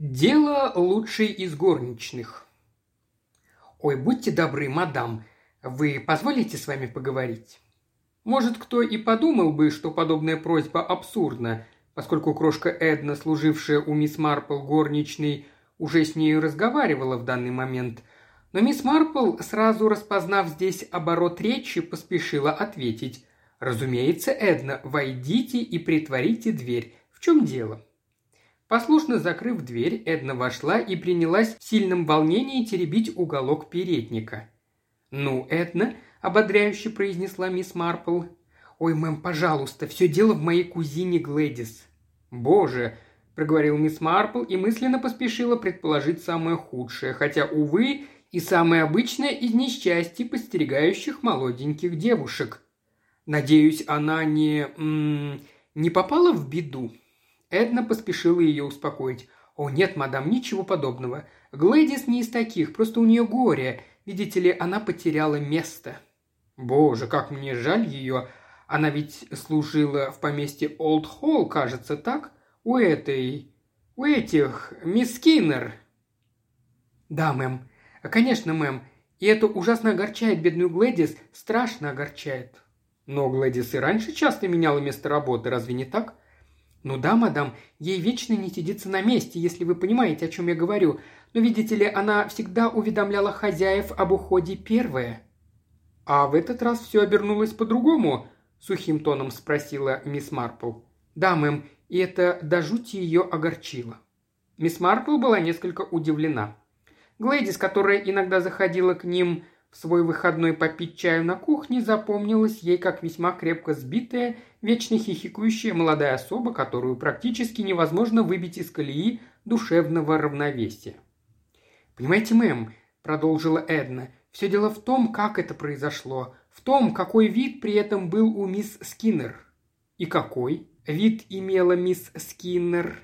Дело лучшей из горничных. «Ой, будьте добры, мадам, вы позволите с вами поговорить?» Может, кто и подумал бы, что подобная просьба абсурдна, поскольку крошка Эдна, служившая у мисс Марпл горничной, уже с нею разговаривала в данный момент. Но мисс Марпл, сразу распознав здесь оборот речи, поспешила ответить: «Разумеется, Эдна, войдите и притворите дверь. В чем дело?» Послушно закрыв дверь, Эдна вошла и принялась в сильном волнении теребить уголок передника. «Ну, Эдна», – ободряюще произнесла мисс Марпл. «Ой, мэм, пожалуйста, все дело в моей кузине Глэдис». «Боже», – проговорил мисс Марпл и мысленно поспешила предположить самое худшее, хотя, увы, и самое обычное из несчастий, подстерегающих молоденьких девушек. «Надеюсь, она не попала в беду?» Эдна поспешила ее успокоить. «О, нет, мадам, ничего подобного. Глэдис не из таких, просто у нее горе. Видите ли, она потеряла место». «Боже, как мне жаль ее. Она ведь служила в поместье Олд Холл, кажется, так? У этих, мисс Скиннер». «Да, мэм. Конечно, мэм. И это ужасно огорчает бедную Глэдис, страшно огорчает». «Но Глэдис и раньше часто меняла место работы, разве не так?» «Ну да, мадам, ей вечно не сидится на месте, если вы понимаете, о чем я говорю. Но, видите ли, она всегда уведомляла хозяев об уходе первая». «А в этот раз все обернулось по-другому?» – сухим тоном спросила мисс Марпл. «Да, мэм, и это до жути ее огорчило». Мисс Марпл была несколько удивлена. Глэдис, которая иногда заходила к ним в свой выходной попить чаю на кухне, запомнилась ей как весьма крепко сбитая, вечно хихикающая молодая особа, которую практически невозможно выбить из колеи душевного равновесия. «Понимаете, мэм», – продолжила Эдна, – «все дело в том, как это произошло, в том, какой вид при этом был у мисс Скиннер». «И какой вид имела мисс Скиннер?»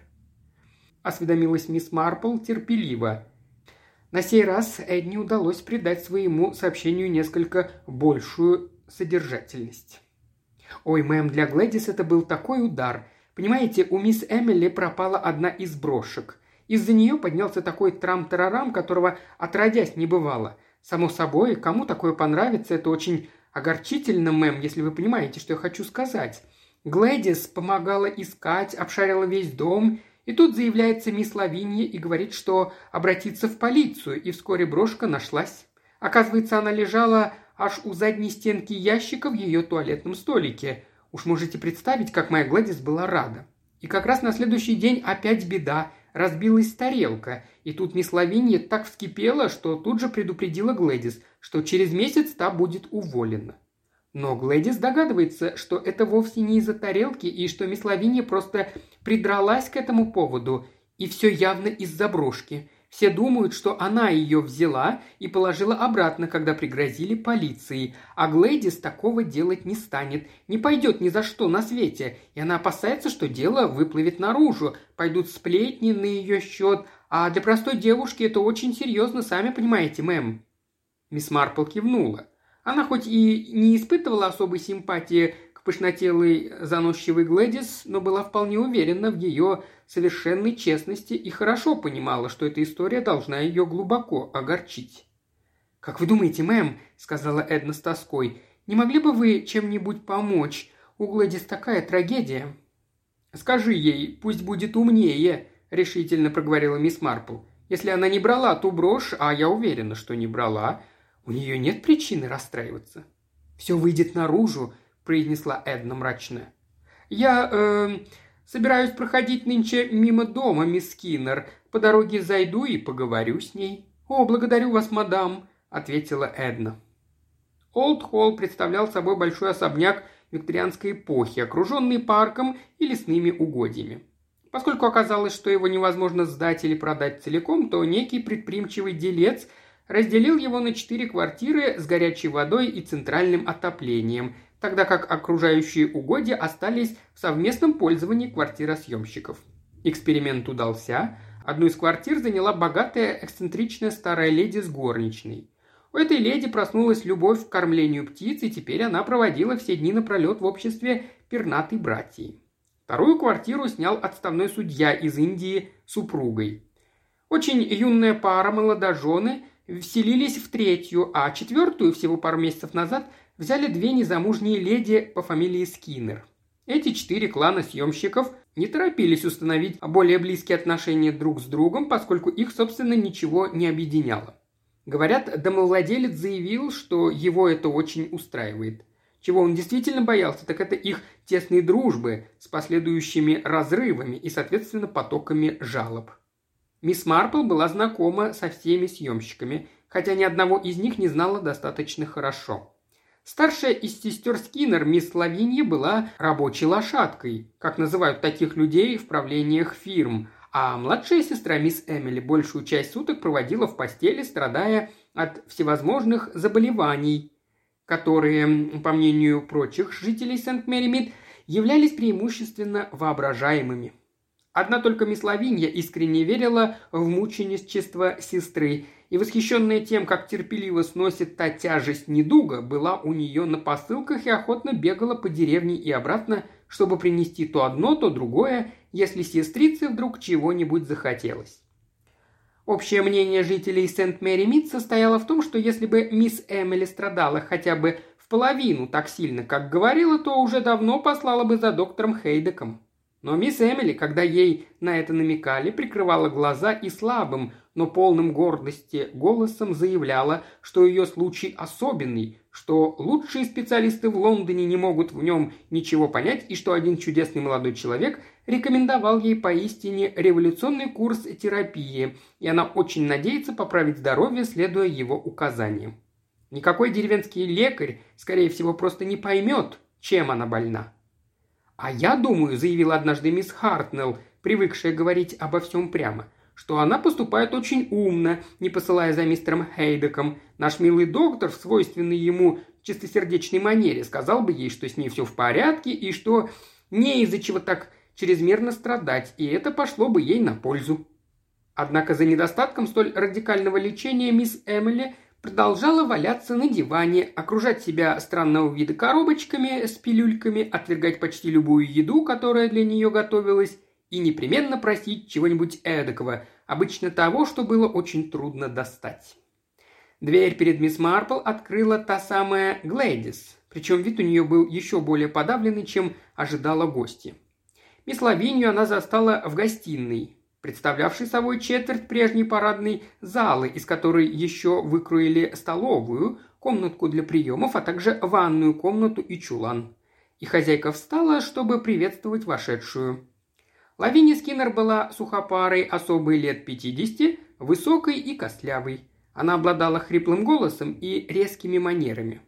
– осведомилась мисс Марпл терпеливо. На сей раз Эдне удалось придать своему сообщению несколько большую содержательность. «Ой, мэм, для Глэдис это был такой удар. Понимаете, у мисс Эмили пропала одна из брошек. Из-за нее поднялся такой трам-тарарам, которого отродясь не бывало. Само собой, кому такое понравится, это очень огорчительно, мэм, если вы понимаете, что я хочу сказать. Глэдис помогала искать, обшарила весь дом, и тут заявляется мисс Лавинья и говорит, что обратится в полицию, и вскоре брошка нашлась. Оказывается, она лежала аж у задней стенки ящика в ее туалетном столике. Уж можете представить, как моя Глэдис была рада. И как раз на следующий день опять беда. Разбилась тарелка. И тут мисс Лавинья так вскипела, что тут же предупредила Глэдис, что через месяц та будет уволена. Но Глэдис догадывается, что это вовсе не из-за тарелки, и что мисс Лавинья просто придралась к этому поводу, и все явно из-за брошки. Все думают, что она ее взяла и положила обратно, когда пригрозили полицией, а Глэдис такого делать не станет, не пойдет ни за что на свете, и она опасается, что дело выплывет наружу, пойдут сплетни на ее счет, а для простой девушки это очень серьезно, сами понимаете, мэм». Мисс Марпл кивнула. Она хоть и не испытывала особой симпатии к пышнотелой заносчивой Глэдис, но была вполне уверена в ее совершенной честности и хорошо понимала, что эта история должна ее глубоко огорчить. «Как вы думаете, мэм, — сказала Эдна с тоской, — не могли бы вы чем-нибудь помочь? У Глэдис такая трагедия». «Скажи ей, пусть будет умнее», — решительно проговорила мисс Марпл. «Если она не брала ту брошь, а я уверена, что не брала, у нее нет причины расстраиваться». «Все выйдет наружу», – произнесла Эдна мрачно. «Я собираюсь проходить нынче мимо дома, мисс Скиннер. По дороге зайду и поговорю с ней». «О, благодарю вас, мадам», – ответила Эдна. Олд Холл представлял собой большой особняк викторианской эпохи, окруженный парком и лесными угодьями. Поскольку оказалось, что его невозможно сдать или продать целиком, то некий предприимчивый делец разделил его на 4 квартиры с горячей водой и центральным отоплением, тогда как окружающие угодья остались в совместном пользовании квартиросъемщиков. Эксперимент удался. Одну из квартир заняла богатая эксцентричная старая леди с горничной. У этой леди проснулась любовь к кормлению птиц, и теперь она проводила все дни напролет в обществе пернатой братьи. Вторую квартиру снял отставной судья из Индии с супругой. Очень юная пара, молодожены, вселились в третью, а четвертую всего пару месяцев назад взяли две незамужние леди по фамилии Скиннер. Эти 4 клана съемщиков не торопились установить более близкие отношения друг с другом, поскольку их, собственно, ничего не объединяло. Говорят, домовладелец заявил, что его это очень устраивает. Чего он действительно боялся, так это их тесной дружбы с последующими разрывами и, соответственно, потоками жалоб. Мисс Марпл была знакома со всеми съемщиками, хотя ни одного из них не знала достаточно хорошо. Старшая из сестер Скиннер, мисс Лавинья, была рабочей лошадкой, как называют таких людей в правлениях фирм, а младшая сестра, мисс Эмили, большую часть суток проводила в постели, страдая от всевозможных заболеваний, которые, по мнению прочих жителей Сент-Мэри-Мид, являлись преимущественно воображаемыми. Одна только мисс Лавинья искренне верила в мученичество сестры, и, восхищенная тем, как терпеливо сносит та тяжесть недуга, была у нее на посылках и охотно бегала по деревне и обратно, чтобы принести то одно, то другое, если сестрице вдруг чего-нибудь захотелось. Общее мнение жителей Сент-Мэри-Мид состояло в том, что если бы мисс Эмили страдала хотя бы в половину так сильно, как говорила, то уже давно послала бы за доктором Хейдеком. Но мисс Эмили, когда ей на это намекали, прикрывала глаза и слабым, но полным гордости голосом заявляла, что ее случай особенный, что лучшие специалисты в Лондоне не могут в нем ничего понять и что один чудесный молодой человек рекомендовал ей поистине революционный курс терапии, и она очень надеется поправить здоровье, следуя его указаниям. Никакой деревенский лекарь, скорее всего, просто не поймет, чем она больна. «А я думаю», – заявила однажды мисс Хартнелл, привыкшая говорить обо всем прямо, что она поступает очень умно, не посылая за мистером Хейдеком. Наш милый доктор в свойственной ему чистосердечной манере сказал бы ей, что с ней все в порядке и что не из-за чего так чрезмерно страдать, и это пошло бы ей на пользу. Однако за недостатком столь радикального лечения мисс Эмили продолжала валяться на диване, окружать себя странного вида коробочками с пилюльками, отвергать почти любую еду, которая для нее готовилась, и непременно просить чего-нибудь эдакого, обычно того, что было очень трудно достать. Дверь перед мисс Марпл открыла та самая Глэдис, причем вид у нее был еще более подавленный, чем ожидала гостья. Мисс Лавинью она застала в гостиной, представлявшей собой четверть прежней парадной залы, из которой еще выкроили столовую, комнатку для приемов, а также ванную комнату и чулан. И хозяйка встала, чтобы приветствовать вошедшую. Лавинья Скиннер была сухопарой особой лет 50, высокой и костлявой. Она обладала хриплым голосом и резкими манерами.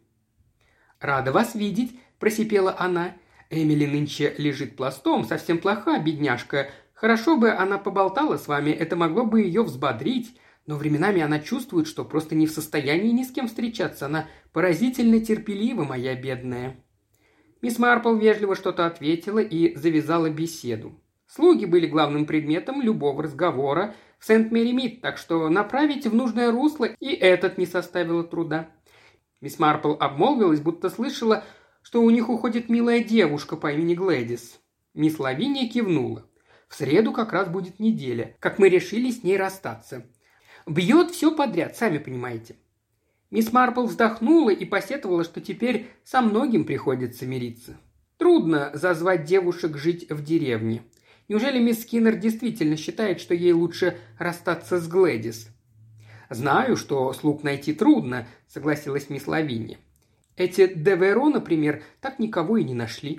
«Рада вас видеть», – просипела она. «Эмили нынче лежит пластом, совсем плоха, бедняжка. Хорошо бы она поболтала с вами, это могло бы ее взбодрить, но временами она чувствует, что просто не в состоянии ни с кем встречаться. Она поразительно терпелива, моя бедная». Мисс Марпл вежливо что-то ответила и завязала беседу. Слуги были главным предметом любого разговора в Сент-Мэри-Мид, так что направить в нужное русло и этот не составило труда. Мисс Марпл обмолвилась, будто слышала, что у них уходит милая девушка по имени Глэдис. Мисс Лавинья кивнула. «В среду как раз будет неделя, как мы решили с ней расстаться. Бьет все подряд, сами понимаете». Мисс Марпл вздохнула и посетовала, что теперь со многим приходится мириться. Трудно зазвать девушек жить в деревне. Неужели мисс Скиннер действительно считает, что ей лучше расстаться с Глэдис? «Знаю, что слуг найти трудно», — согласилась мисс Лавинья. «Эти Деверо, например, так никого и не нашли.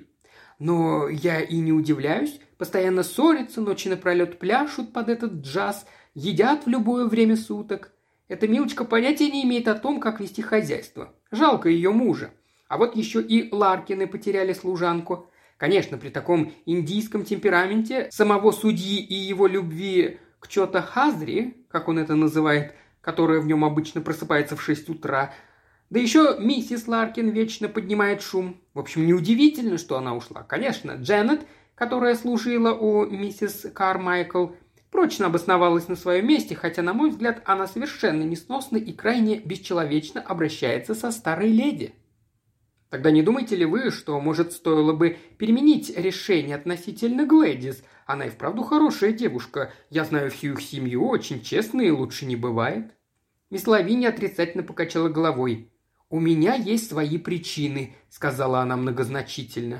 Но я и не удивляюсь, постоянно ссорятся, ночи напролет пляшут под этот джаз, едят в любое время суток. Эта милочка понятия не имеет о том, как вести хозяйство. Жалко ее мужа. А вот еще и Ларкины потеряли служанку. Конечно, при таком индийском темпераменте самого судьи и его любви к Чота Хазри, как он это называет, которая в нем обычно просыпается в 6 утра, да еще миссис Ларкин вечно поднимает шум. В общем, неудивительно, что она ушла. Конечно, Дженнет, которая служила у миссис Кармайкл, прочно обосновалась на своем месте, хотя, на мой взгляд, она совершенно несносно и крайне бесчеловечно обращается со старой леди. Тогда не думаете ли вы, что, может, стоило бы переменить решение относительно Глэдис, Она и вправду хорошая девушка. Я знаю всю их семью, очень честная и лучше не бывает». Мисс Лавиния отрицательно покачала головой. «У меня есть свои причины», — сказала она многозначительно.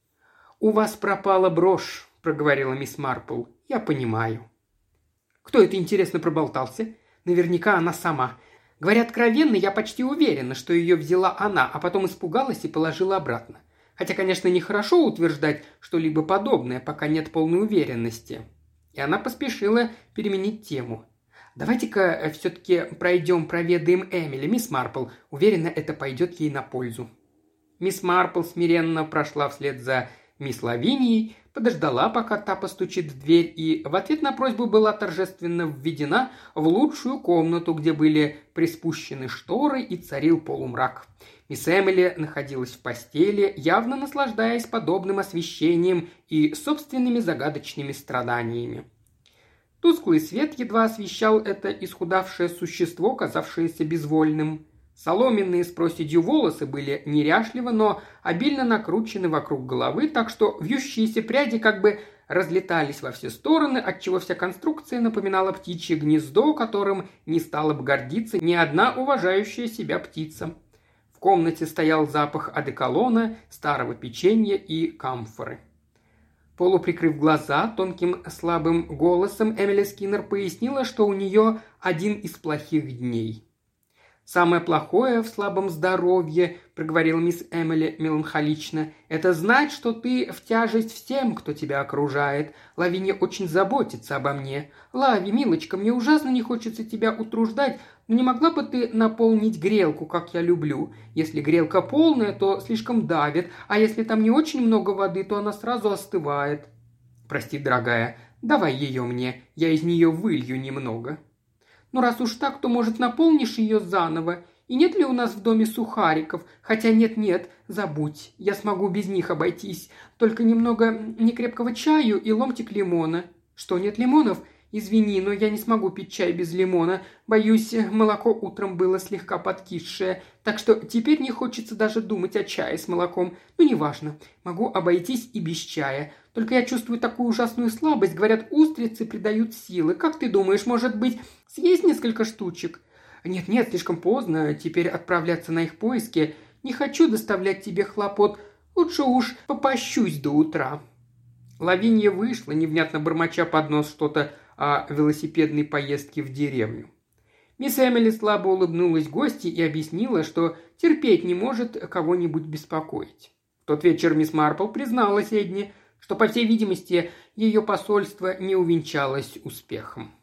«У вас пропала брошь», — проговорила мисс Марпл. «Я понимаю». «Кто это, интересно, проболтался?» «Наверняка она сама. Говоря откровенно, я почти уверена, что ее взяла она, а потом испугалась и положила обратно. Хотя, конечно, нехорошо утверждать что-либо подобное, пока нет полной уверенности». И она поспешила переменить тему. «Давайте-ка все-таки проведаем Эмили, мисс Марпл. Уверена, это пойдет ей на пользу». Мисс Марпл смиренно прошла вслед за мисс Лавинией, подождала, пока та постучит в дверь, и в ответ на просьбу была торжественно введена в лучшую комнату, где были приспущены шторы и царил полумрак. Мисс Эмили находилась в постели, явно наслаждаясь подобным освещением и собственными загадочными страданиями. Тусклый свет едва освещал это исхудавшее существо, казавшееся безвольным. Соломенные с проседью волосы были неряшливо, но обильно накручены вокруг головы, так что вьющиеся пряди как бы разлетались во все стороны, отчего вся конструкция напоминала птичье гнездо, которым не стала бы гордиться ни одна уважающая себя птица. В комнате стоял запах одеколона, старого печенья и камфоры. Полуприкрыв глаза, тонким слабым голосом Эмили Скиннер пояснила, что у нее один из плохих дней. «Самое плохое в слабом здоровье, — проговорила мисс Эмили меланхолично, — это знать, что ты в тяжесть всем, кто тебя окружает. Лавиния очень заботится обо мне. Лави, милочка, мне ужасно не хочется тебя утруждать, но не могла бы ты наполнить грелку, как я люблю? Если грелка полная, то слишком давит, а если там не очень много воды, то она сразу остывает». «Прости, дорогая, давай ее мне, я из нее вылью немного». «Ну, раз уж так, то, может, наполнишь ее заново? И нет ли у нас в доме сухариков? Хотя нет, забудь, я смогу без них обойтись. Только немного некрепкого чаю и ломтик лимона». «Что, нет лимонов? Извини, но я не смогу пить чай без лимона. Боюсь, молоко утром было слегка подкисшее, так что теперь не хочется даже думать о чае с молоком. Ну, неважно, могу обойтись и без чая. Только я чувствую такую ужасную слабость. Говорят, устрицы придают силы. Как ты думаешь, может быть, съесть несколько штучек?» «Нет, слишком поздно теперь отправляться на их поиски. Не хочу доставлять тебе хлопот. Лучше уж попощусь до утра». Лавинья вышла, невнятно бормоча под нос что-то о велосипедной поездке в деревню. Мисс Эмили слабо улыбнулась гости и объяснила, что терпеть не может кого-нибудь беспокоить. В тот вечер мисс Марпл призналась Эдне, что, по всей видимости, ее посольство не увенчалось успехом.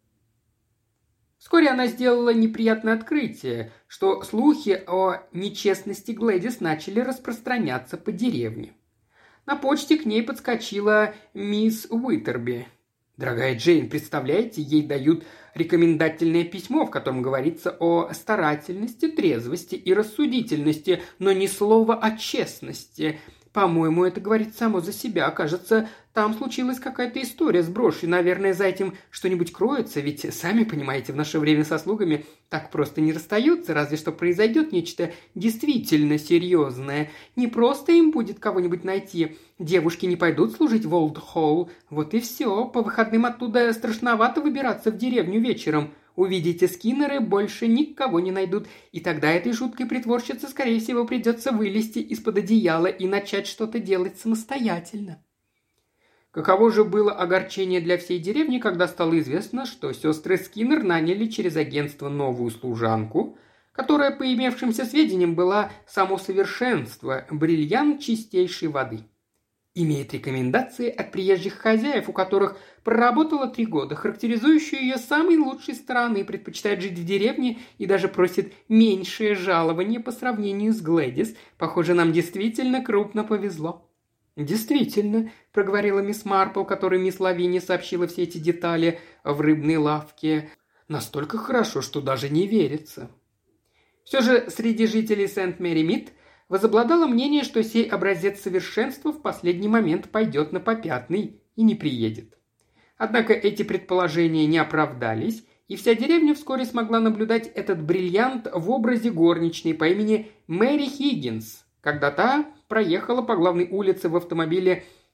Вскоре она сделала неприятное открытие, что слухи о нечестности Глэдис начали распространяться по деревне. На почте к ней подскочила мисс Уитерби. «Дорогая Джейн, представляете, ей дают рекомендательное письмо, в котором говорится о старательности, трезвости и рассудительности, но ни слова о честности. По-моему, это говорит само за себя. Кажется, там случилась какая-то история с брошью. Наверное, за этим что-нибудь кроется, ведь, сами понимаете, в наше время со слугами так просто не расстаются, разве что произойдет нечто действительно серьезное. Не просто им будет кого-нибудь найти. Девушки не пойдут служить в Олд-Холл. Вот и все. По выходным оттуда страшновато выбираться в деревню вечером. Увидите, Скиннеры больше никого не найдут, и тогда этой жуткой притворщице, скорее всего, придется вылезти из-под одеяла и начать что-то делать самостоятельно». Каково же было огорчение для всей деревни, когда стало известно, что сестры Скиннер наняли через агентство новую служанку, которая, по имевшимся сведениям, была само совершенство, бриллиант чистейшей воды. Имеет рекомендации от приезжих хозяев, у которых проработала 3 года, характеризующую ее с самой лучшей стороны, предпочитает жить в деревне и даже просит меньшее жалование по сравнению с Глэдис. Похоже, нам действительно крупно повезло». «Действительно», – проговорила мисс Марпл, которой мисс Лавиния сообщила все эти детали в рыбной лавке. «Настолько хорошо, что даже не верится». Все же среди жителей Сент-Мэри-Мид возобладало мнение, что сей образец совершенства в последний момент пойдет на попятный и не приедет. Однако эти предположения не оправдались, и вся деревня вскоре смогла наблюдать этот бриллиант в образе горничной по имени Мэри Хиггинс, когда та проехала по главной улице в автомобиле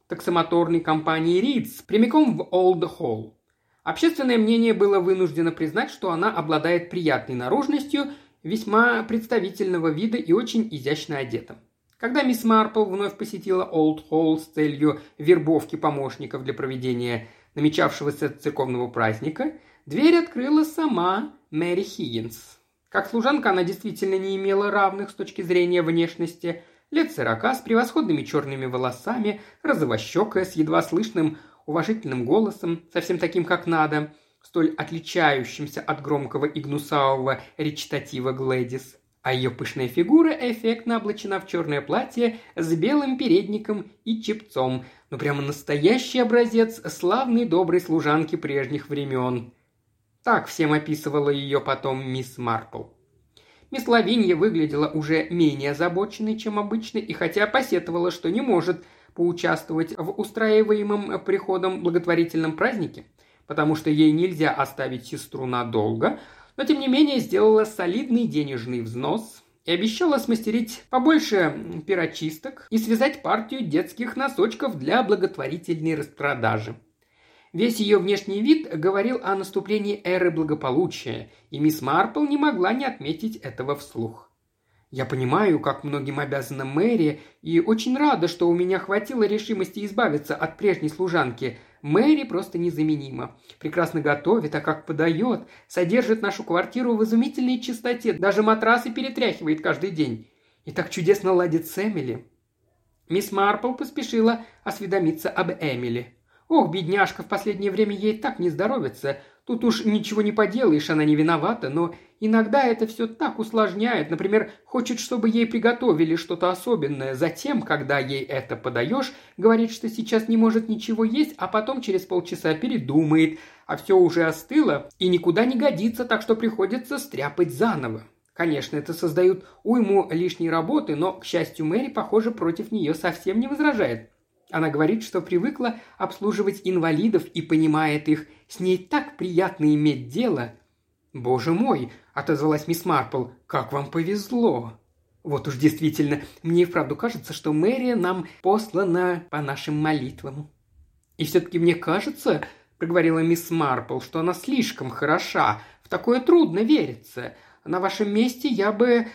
таксомоторной компании Ридс прямиком в Олд-Холл. Общественное мнение было вынуждено признать, что она обладает приятной наружностью, весьма представительного вида и очень изящно одета. Когда мисс Марпл вновь посетила Олд-Холл с целью вербовки помощников для проведения намечавшегося церковного праздника, дверь открыла сама Мэри Хиггинс. Как служанка она действительно не имела равных с точки зрения внешности. Лет 40, с превосходными черными волосами, розовощекая, с едва слышным уважительным голосом, совсем таким, как надо, столь отличающимся от громкого и гнусавого речитатива Глэдис. А ее пышная фигура эффектно облачена в черное платье с белым передником и чепцом. Ну, прямо настоящий образец славной доброй служанки прежних времен. Так всем описывала ее потом мисс Марпл. Мисс Лавинья выглядела уже менее озабоченной, чем обычно, и хотя посетовала, что не может поучаствовать в устраиваемом приходом благотворительном празднике, потому что ей нельзя оставить сестру надолго, но тем не менее сделала солидный денежный взнос и обещала смастерить побольше перочисток и связать партию детских носочков для благотворительной распродажи. Весь ее внешний вид говорил о наступлении эры благополучия, и мисс Марпл не могла не отметить этого вслух. «Я понимаю, как многим обязана Мэри, и очень рада, что у меня хватило решимости избавиться от прежней служанки. Мэри просто незаменима. Прекрасно готовит, а как подает, содержит нашу квартиру в изумительной чистоте, даже матрасы перетряхивает каждый день. И так чудесно ладит с Эмили». Мисс Марпл поспешила осведомиться об Эмили. «Ох, бедняжка, в последнее время ей так не здоровится. Тут уж ничего не поделаешь, она не виновата, но иногда это все так усложняет. Например, хочет, чтобы ей приготовили что-то особенное. Затем, когда ей это подаешь, говорит, что сейчас не может ничего есть, а потом через полчаса передумает, а все уже остыло и никуда не годится, так что приходится стряпать заново. Конечно, это создает уйму лишней работы, но, к счастью, Мэри, похоже, против нее совсем не возражает. Она говорит, что привыкла обслуживать инвалидов и понимает их. С ней так приятно иметь дело». «Боже мой!» – отозвалась мисс Марпл. «Как вам повезло!» «Вот уж действительно, мне и вправду кажется, что Мэри нам послана по нашим молитвам». «И все-таки мне кажется, – проговорила мисс Марпл, – что она слишком хороша. В такое трудно верится. На вашем месте я бы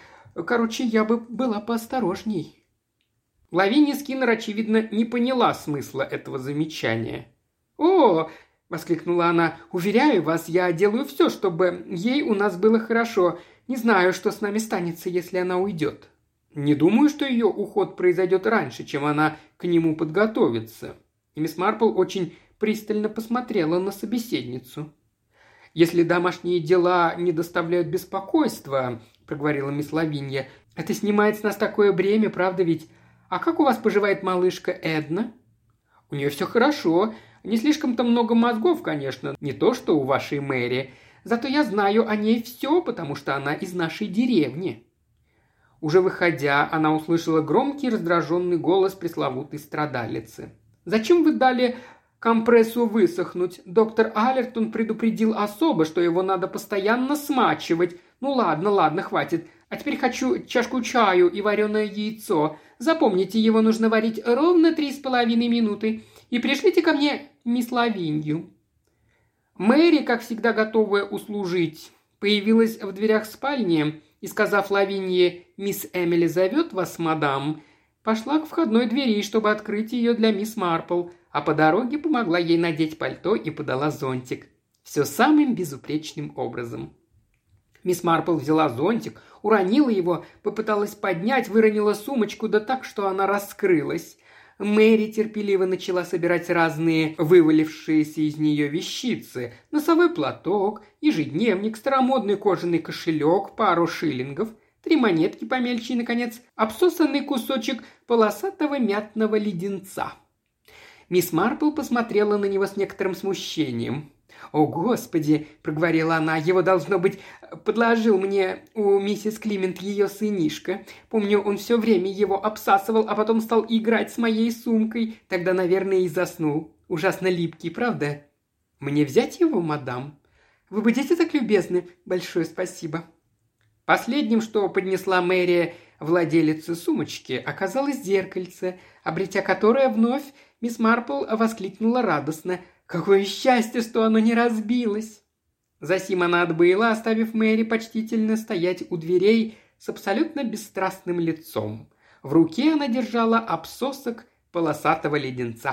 была поосторожней». Лавиния Скиннер, очевидно, не поняла смысла этого замечания. «О!» – воскликнула она. «Уверяю вас, я делаю все, чтобы ей у нас было хорошо. Не знаю, что с нами станется, если она уйдет». «Не думаю, что ее уход произойдет раньше, чем она к нему подготовится». И мисс Марпл очень пристально посмотрела на собеседницу. «Если домашние дела не доставляют беспокойства, – проговорила мисс Лавинья, – это снимает с нас такое бремя, правда ведь? А как у вас поживает малышка Эдна?» «У нее все хорошо. Не слишком-то много мозгов, конечно, не то что у вашей Мэри. Зато я знаю о ней все, потому что она из нашей деревни». Уже выходя, она услышала громкий раздраженный голос пресловутой страдалицы. «Зачем вы дали компрессу высохнуть? Доктор Аллертон предупредил особо, что его надо постоянно смачивать. Ну ладно, хватит. А теперь хочу чашку чаю и вареное яйцо. Запомните, его нужно варить ровно 3,5 минуты. И пришлите ко мне мисс Лавинью». Мэри, как всегда готовая услужить, появилась в дверях спальни и, сказав Лавинье «Мисс Эмили зовет вас, мадам», пошла к входной двери, чтобы открыть ее для мисс Марпл, а по дороге помогла ей надеть пальто и подала зонтик. Все самым безупречным образом. Мисс Марпл взяла зонтик, уронила его, попыталась поднять, выронила сумочку, да так, что она раскрылась. Мэри терпеливо начала собирать разные вывалившиеся из нее вещицы. Носовой платок, ежедневник, старомодный кожаный кошелек, пару шиллингов, 3 монетки помельче и, наконец, обсосанный кусочек полосатого мятного леденца. Мисс Марпл посмотрела на него с некоторым смущением. «О, Господи!» – проговорила она. «Его, должно быть, подложил мне у миссис Климент ее сынишка. Помню, он все время его обсасывал, а потом стал играть с моей сумкой. Тогда, наверное, и заснул. Ужасно липкий, правда? Мне взять его, мадам? Вы будете так любезны? Большое спасибо». Последним, что поднесла Мэри владелице сумочки, оказалось зеркальце, обретя которое вновь Мисс Марпл воскликнула радостно. «Какое счастье, что оно не разбилось!» Засим она отбыла, оставив Мэри почтительно стоять у дверей с абсолютно бесстрастным лицом. В руке она держала обсосок полосатого леденца.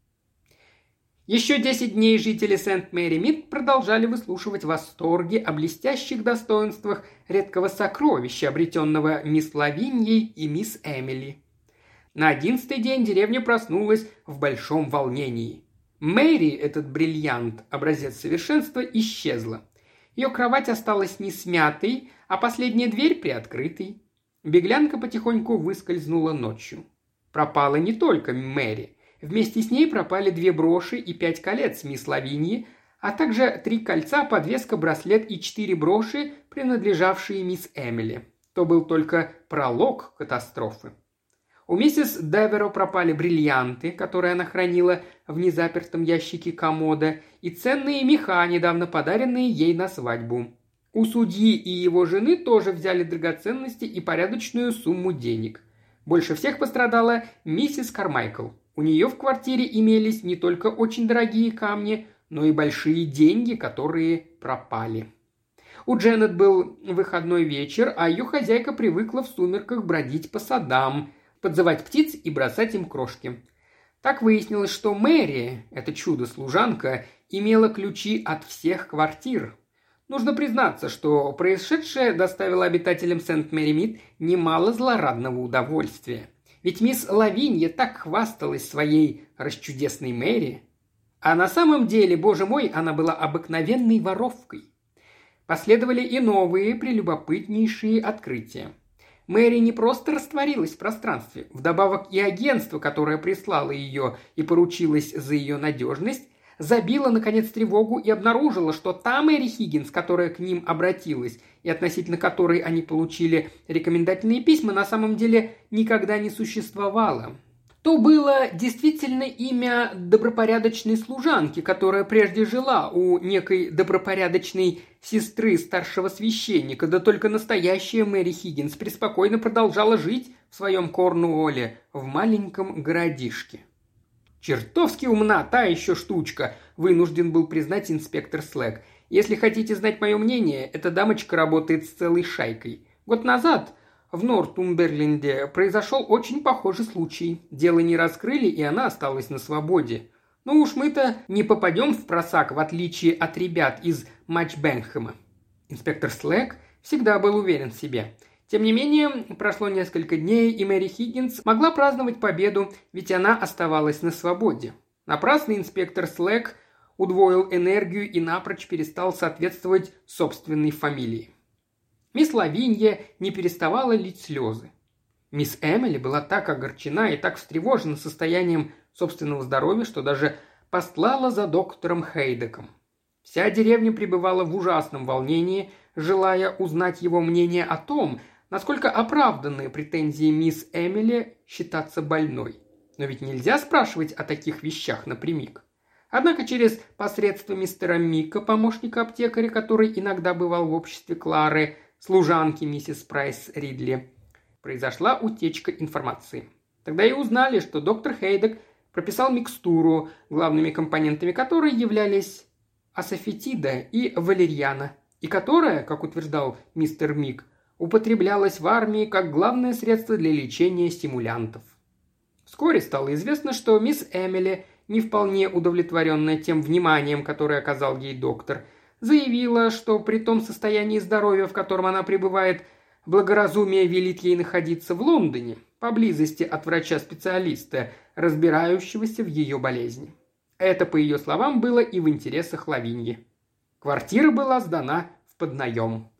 Еще 10 дней жители Сент-Мэри-Мид продолжали выслушивать восторги о блестящих достоинствах редкого сокровища, обретенного мисс Лавиньей и мисс Эмили. На 11-й день деревня проснулась в большом волнении. Мэри, этот бриллиант, образец совершенства, исчезла. Ее кровать осталась не смятой, а последняя дверь приоткрытой. Беглянка потихоньку выскользнула ночью. Пропала не только Мэри. Вместе с ней пропали 2 броши и 5 колец мисс Лавиньи, а также 3 кольца, подвеска, браслет и 4 броши, принадлежавшие мисс Эмили. То был только пролог катастрофы. У миссис Деверо пропали бриллианты, которые она хранила в незапертом ящике комода, и ценные меха, недавно подаренные ей на свадьбу. У судьи и его жены тоже взяли драгоценности и порядочную сумму денег. Больше всех пострадала миссис Кармайкл. У нее в квартире имелись не только очень дорогие камни, но и большие деньги, которые пропали. У Дженнет был выходной вечер, а ее хозяйка привыкла в сумерках бродить по садам, подзывать птиц и бросать им крошки. Так выяснилось, что Мэри, это чудо-служанка, имела ключи от всех квартир. Нужно признаться, что происшедшее доставило обитателям Сент-Мэри-Мид немало злорадного удовольствия. Ведь мисс Лавинья так хвасталась своей расчудесной Мэри. А на самом деле, боже мой, она была обыкновенной воровкой. Последовали и новые, прелюбопытнейшие открытия. Мэри не просто растворилась в пространстве. Вдобавок и агентство, которое прислало ее и поручилось за ее надежность, забило, наконец, тревогу и обнаружило, что та Мэри Хиггинс, которая к ним обратилась и относительно которой они получили рекомендательные письма, на самом деле никогда не существовала. То было действительно имя добропорядочной служанки, которая прежде жила у некой добропорядочной сестры старшего священника, да только настоящая Мэри Хиггинс преспокойно продолжала жить в своем Корнуолле, в маленьком городишке. «Чертовски умна, та еще штучка», – вынужден был признать инспектор Слэк. «Если хотите знать мое мнение, эта дамочка работает с целой шайкой. Год назад в Нортумберленде произошел очень похожий случай. Дело не раскрыли, и она осталась на свободе. Ну уж мы-то не попадем в просак, в отличие от ребят из Матчбенхэма». Инспектор Слэк всегда был уверен в себе. Тем не менее, прошло несколько дней, и Мэри Хиггинс могла праздновать победу, ведь она оставалась на свободе. Напрасно инспектор Слэк удвоил энергию и напрочь перестал соответствовать собственной фамилии. Мисс Лавинья не переставала лить слезы. Мисс Эмили была так огорчена и так встревожена состоянием собственного здоровья, что даже послала за доктором Хейдеком. Вся деревня пребывала в ужасном волнении, желая узнать его мнение о том, насколько оправданны претензии мисс Эмили считаться больной. Но ведь нельзя спрашивать о таких вещах напрямик. Однако через посредство мистера Мика, помощника аптекаря, который иногда бывал в обществе Клары, служанки миссис Прайс Ридли, произошла утечка информации. Тогда и узнали, что доктор Хейдек прописал микстуру, главными компонентами которой являлись асафетида и валерьяна, и которая, как утверждал мистер Мик, употреблялась в армии как главное средство для лечения стимулянтов. Вскоре стало известно, что мисс Эмили, не вполне удовлетворенная тем вниманием, которое оказал ей доктор, заявила, что при том состоянии здоровья, в котором она пребывает, благоразумие велит ей находиться в Лондоне, поблизости от врача-специалиста, разбирающегося в ее болезни. Это, по ее словам, было и в интересах Лавиньи. Квартира была сдана в поднаем.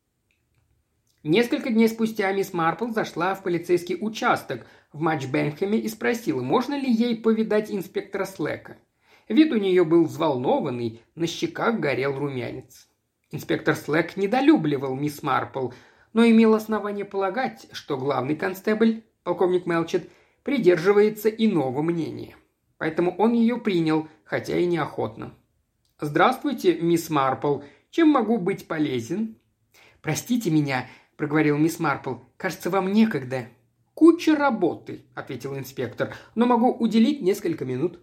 Несколько дней спустя мисс Марпл зашла в полицейский участок в Матчбенхэме и спросила, можно ли ей повидать инспектора Слэка. Вид у нее был взволнованный, на щеках горел румянец. Инспектор Слэк недолюбливал мисс Марпл, но имел основание полагать, что главный констебль, полковник Мелчет, придерживается иного мнения. Поэтому он ее принял, хотя и неохотно. «Здравствуйте, мисс Марпл. Чем могу быть полезен?» «Простите меня», – проговорил мисс Марпл. «Кажется, вам некогда». куча работы», – ответил инспектор, – «но могу уделить несколько минут».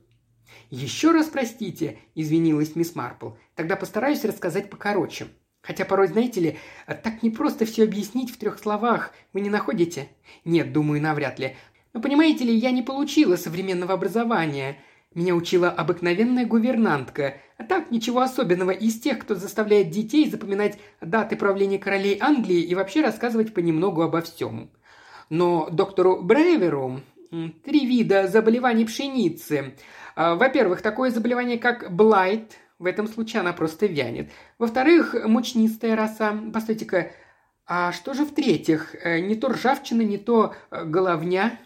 «Еще раз простите», – извинилась мисс Марпл. «Тогда постараюсь рассказать покороче. Хотя порой, знаете ли, так непросто все объяснить в 3 словах. Вы не находите?» «Нет, думаю, навряд ли. Но понимаете ли, я не получила современного образования. Меня учила обыкновенная гувернантка. А так, ничего особенного из тех, кто заставляет детей запоминать даты правления королей Англии и вообще рассказывать понемногу обо всем. Но доктору Бреверу 3 вида заболеваний пшеницы. Во-первых, такое заболевание, как блайт. В этом случае она просто вянет. Во-вторых, мучнистая роса. Постойте-ка, а что же в-третьих? Не то ржавчина, не то головня».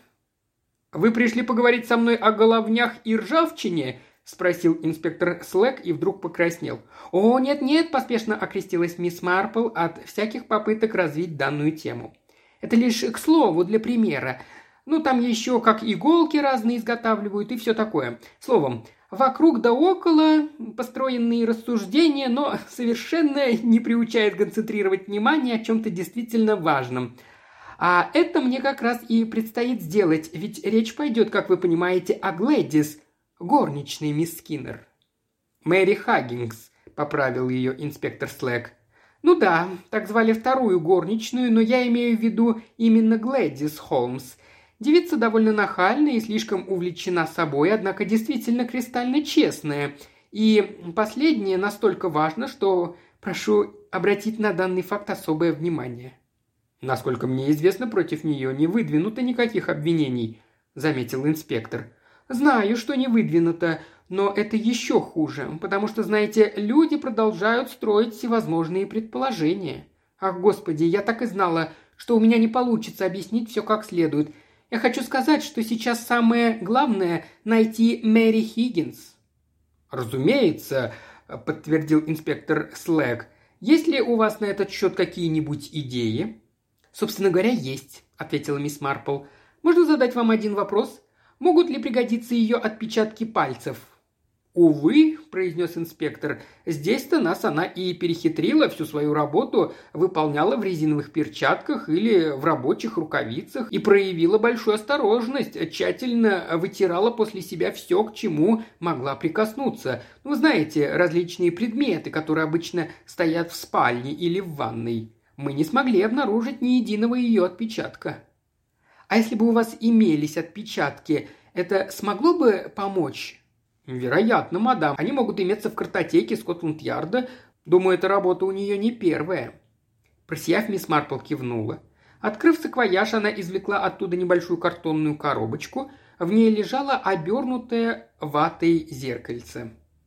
«Вы пришли поговорить со мной о головнях и ржавчине?» – спросил инспектор Слэк и вдруг покраснел. «О, нет-нет», – поспешно окрестилась мисс Марпл от всяких попыток развить данную тему. «Это лишь к слову, для примера. Ну, там еще как иголки разные изготавливают и все такое. Словом, вокруг да около построенные рассуждения, но совершенно не приучают концентрировать внимание о чем-то действительно важном. А это мне как раз и предстоит сделать, ведь речь пойдет, как вы понимаете, о Глэдис, горничной мисс Скиннер». «Мэри Хаггингс», – поправил ее инспектор Слэк. «Ну да, так звали вторую горничную, но я имею в виду именно Глэдис Холмс. Девица довольно нахальная и слишком увлечена собой, однако действительно кристально честная. И последнее настолько важно, что прошу обратить на данный факт особое внимание». «Насколько мне известно, против нее не выдвинуто никаких обвинений», – заметил инспектор. «Знаю, что не выдвинуто, но это еще хуже, потому что, знаете, люди продолжают строить всевозможные предположения. Ах, Господи, я так и знала, что у меня не получится объяснить все как следует. Я хочу сказать, что сейчас самое главное – найти Мэри Хиггинс». «Разумеется», – подтвердил инспектор Слэк. «Есть ли у вас на этот счет какие-нибудь идеи?» «Собственно говоря, есть», – ответила мисс Марпл. «Можно задать вам один вопрос? Могут ли пригодиться ее отпечатки пальцев?» «Увы», – произнес инспектор, – «здесь-то нас она и перехитрила, всю свою работу выполняла в резиновых перчатках или в рабочих рукавицах и проявила большую осторожность, тщательно вытирала после себя все, к чему могла прикоснуться. Вы знаете, различные предметы, которые обычно стоят в спальне или в ванной. Мы не смогли обнаружить ни единого ее отпечатка». «А если бы у вас имелись отпечатки, это смогло бы помочь?» «Вероятно, мадам. Они могут иметься в картотеке Скотланд-Ярда. Думаю, эта работа у нее не первая». Просияв, мисс Марпл кивнула. Открыв саквояж, она извлекла оттуда небольшую картонную коробочку. В ней лежало обернутое ватой зеркальце.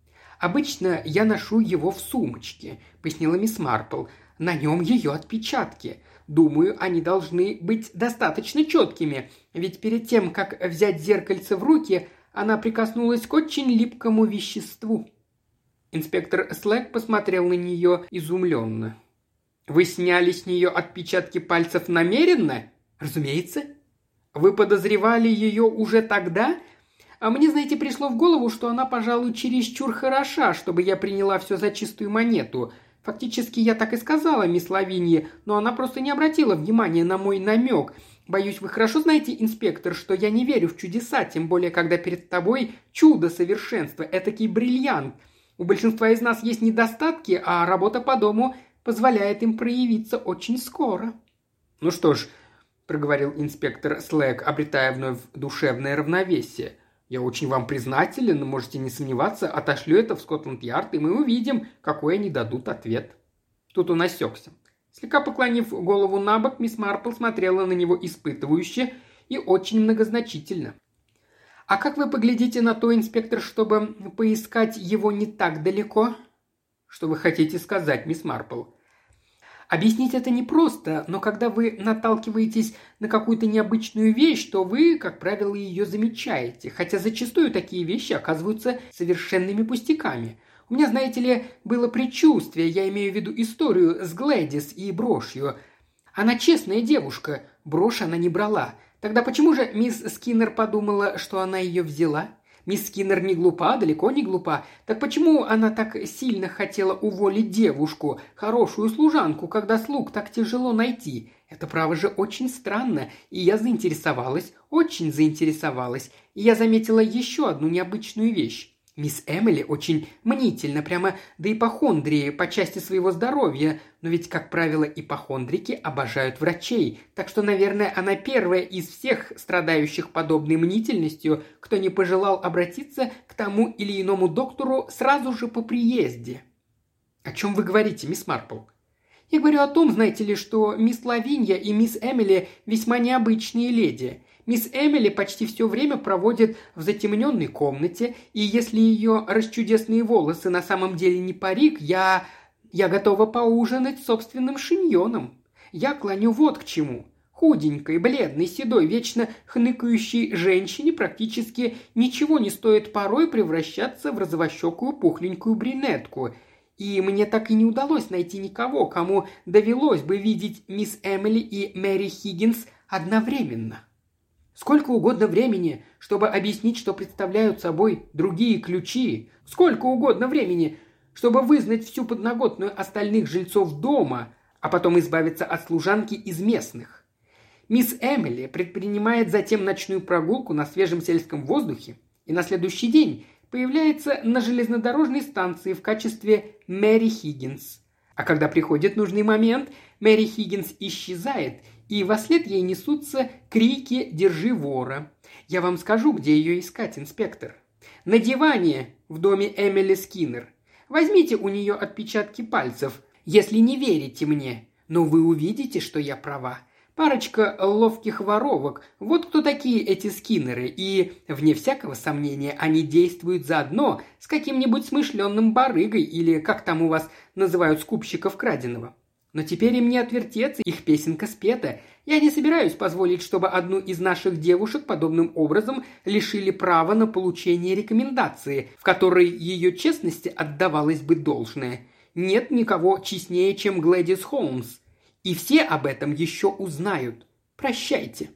«Обычно я ношу его в сумочке», – пояснила мисс Марпл. «На нем ее отпечатки. Думаю, они должны быть достаточно четкими, ведь перед тем, как взять зеркальце в руки, она прикоснулась к очень липкому веществу». Инспектор Слэк посмотрел на нее изумленно. «Вы сняли с нее отпечатки пальцев намеренно?» «Разумеется». «Вы подозревали ее уже тогда?» «А мне, знаете, пришло в голову, что она, пожалуй, чересчур хороша, чтобы я приняла все за чистую монету. Фактически я так и сказала мисс Лавинье, но она просто не обратила внимания на мой намек. Боюсь, вы хорошо знаете, инспектор, что я не верю в чудеса, тем более, когда перед тобой чудо совершенства, этакий бриллиант. У большинства из нас есть недостатки, а работа по дому позволяет им проявиться очень скоро». «Ну что ж», – проговорил инспектор Слэк, обретая вновь душевное равновесие, – «я очень вам признателен, можете не сомневаться, отошлю это в Скотланд-Ярд, и мы увидим, какой они дадут ответ». Тут он осекся. Слегка поклонив голову на бок, мисс Марпл смотрела на него испытывающе и очень многозначительно. «А как вы поглядите на то, инспектор, чтобы поискать его не так далеко?» «Что вы хотите сказать, мисс Марпл?» «Объяснить это непросто, но когда вы наталкиваетесь на какую-то необычную вещь, то вы, как правило, ее замечаете, хотя зачастую такие вещи оказываются совершенными пустяками. У меня, знаете ли, было предчувствие, я имею в виду историю с Глэдис и брошью. Она честная девушка, брошь она не брала. Тогда почему же мисс Скиннер подумала, что она ее взяла? Мисс Скиннер не глупа, далеко не глупа. Так почему она так сильно хотела уволить девушку, хорошую служанку, когда слуг так тяжело найти? Это, право же, очень странно, и я заинтересовалась, очень заинтересовалась. И я заметила еще одну необычную вещь. Мисс Эмили очень мнительна, прямо до ипохондрии по части своего здоровья, но ведь, как правило, ипохондрики обожают врачей, так что, наверное, она первая из всех страдающих подобной мнительностью, кто не пожелал обратиться к тому или иному доктору сразу же по приезде. «О чем вы говорите, мисс Марпл?» «Я говорю о том, знаете ли, что мисс Лавинья и мисс Эмили весьма необычные леди. Мисс Эмили почти все время проводит в затемненной комнате, и если ее расчудесные волосы на самом деле не парик, я готова поужинать собственным шиньоном. Я клоню вот к чему. Худенькой, бледной, седой, вечно хныкающей женщине практически ничего не стоит порой превращаться в розовощекую пухленькую брюнетку. И мне так и не удалось найти никого, кому довелось бы видеть мисс Эмили и Мэри Хиггинс одновременно. Сколько угодно времени, чтобы объяснить, что представляют собой другие ключи. Сколько угодно времени, чтобы вызнать всю подноготную остальных жильцов дома, а потом избавиться от служанки из местных. Мисс Эмили предпринимает затем ночную прогулку на свежем сельском воздухе и на следующий день появляется на железнодорожной станции в качестве Мэри Хиггинс. А когда приходит нужный момент, Мэри Хиггинс исчезает, и вослед ей несутся крики «Держи вора!». Я вам скажу, где ее искать, инспектор. На диване в доме Эмили Скиннер. Возьмите у нее отпечатки пальцев, если не верите мне. Но вы увидите, что я права. Парочка ловких воровок. Вот кто такие эти Скиннеры. И, вне всякого сомнения, они действуют заодно с каким-нибудь смышленным барыгой или, как там у вас называют, скупщиков краденого. Но теперь им не отвертеться, их песенка спета. Я не собираюсь позволить, чтобы одну из наших девушек подобным образом лишили права на получение рекомендации, в которой ее честности отдавалось бы должное. Нет никого честнее, чем Глэдис Холмс. И все об этом еще узнают. Прощайте».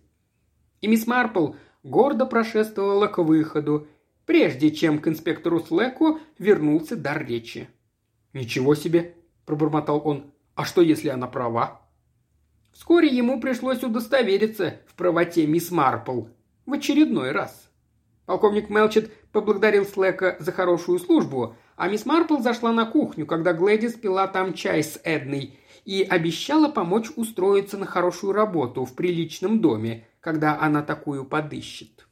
И мисс Марпл гордо прошествовала к выходу, прежде чем к инспектору Слэку вернулся дар речи. «Ничего себе!» – пробормотал он. «А что, если она права?» Вскоре ему пришлось удостовериться в правоте мисс Марпл в очередной раз. Полковник Мелчет поблагодарил Слэка за хорошую службу, а мисс Марпл зашла на кухню, когда Глэдис пила там чай с Эдной, и обещала помочь устроиться на хорошую работу в приличном доме, когда она такую подыщет.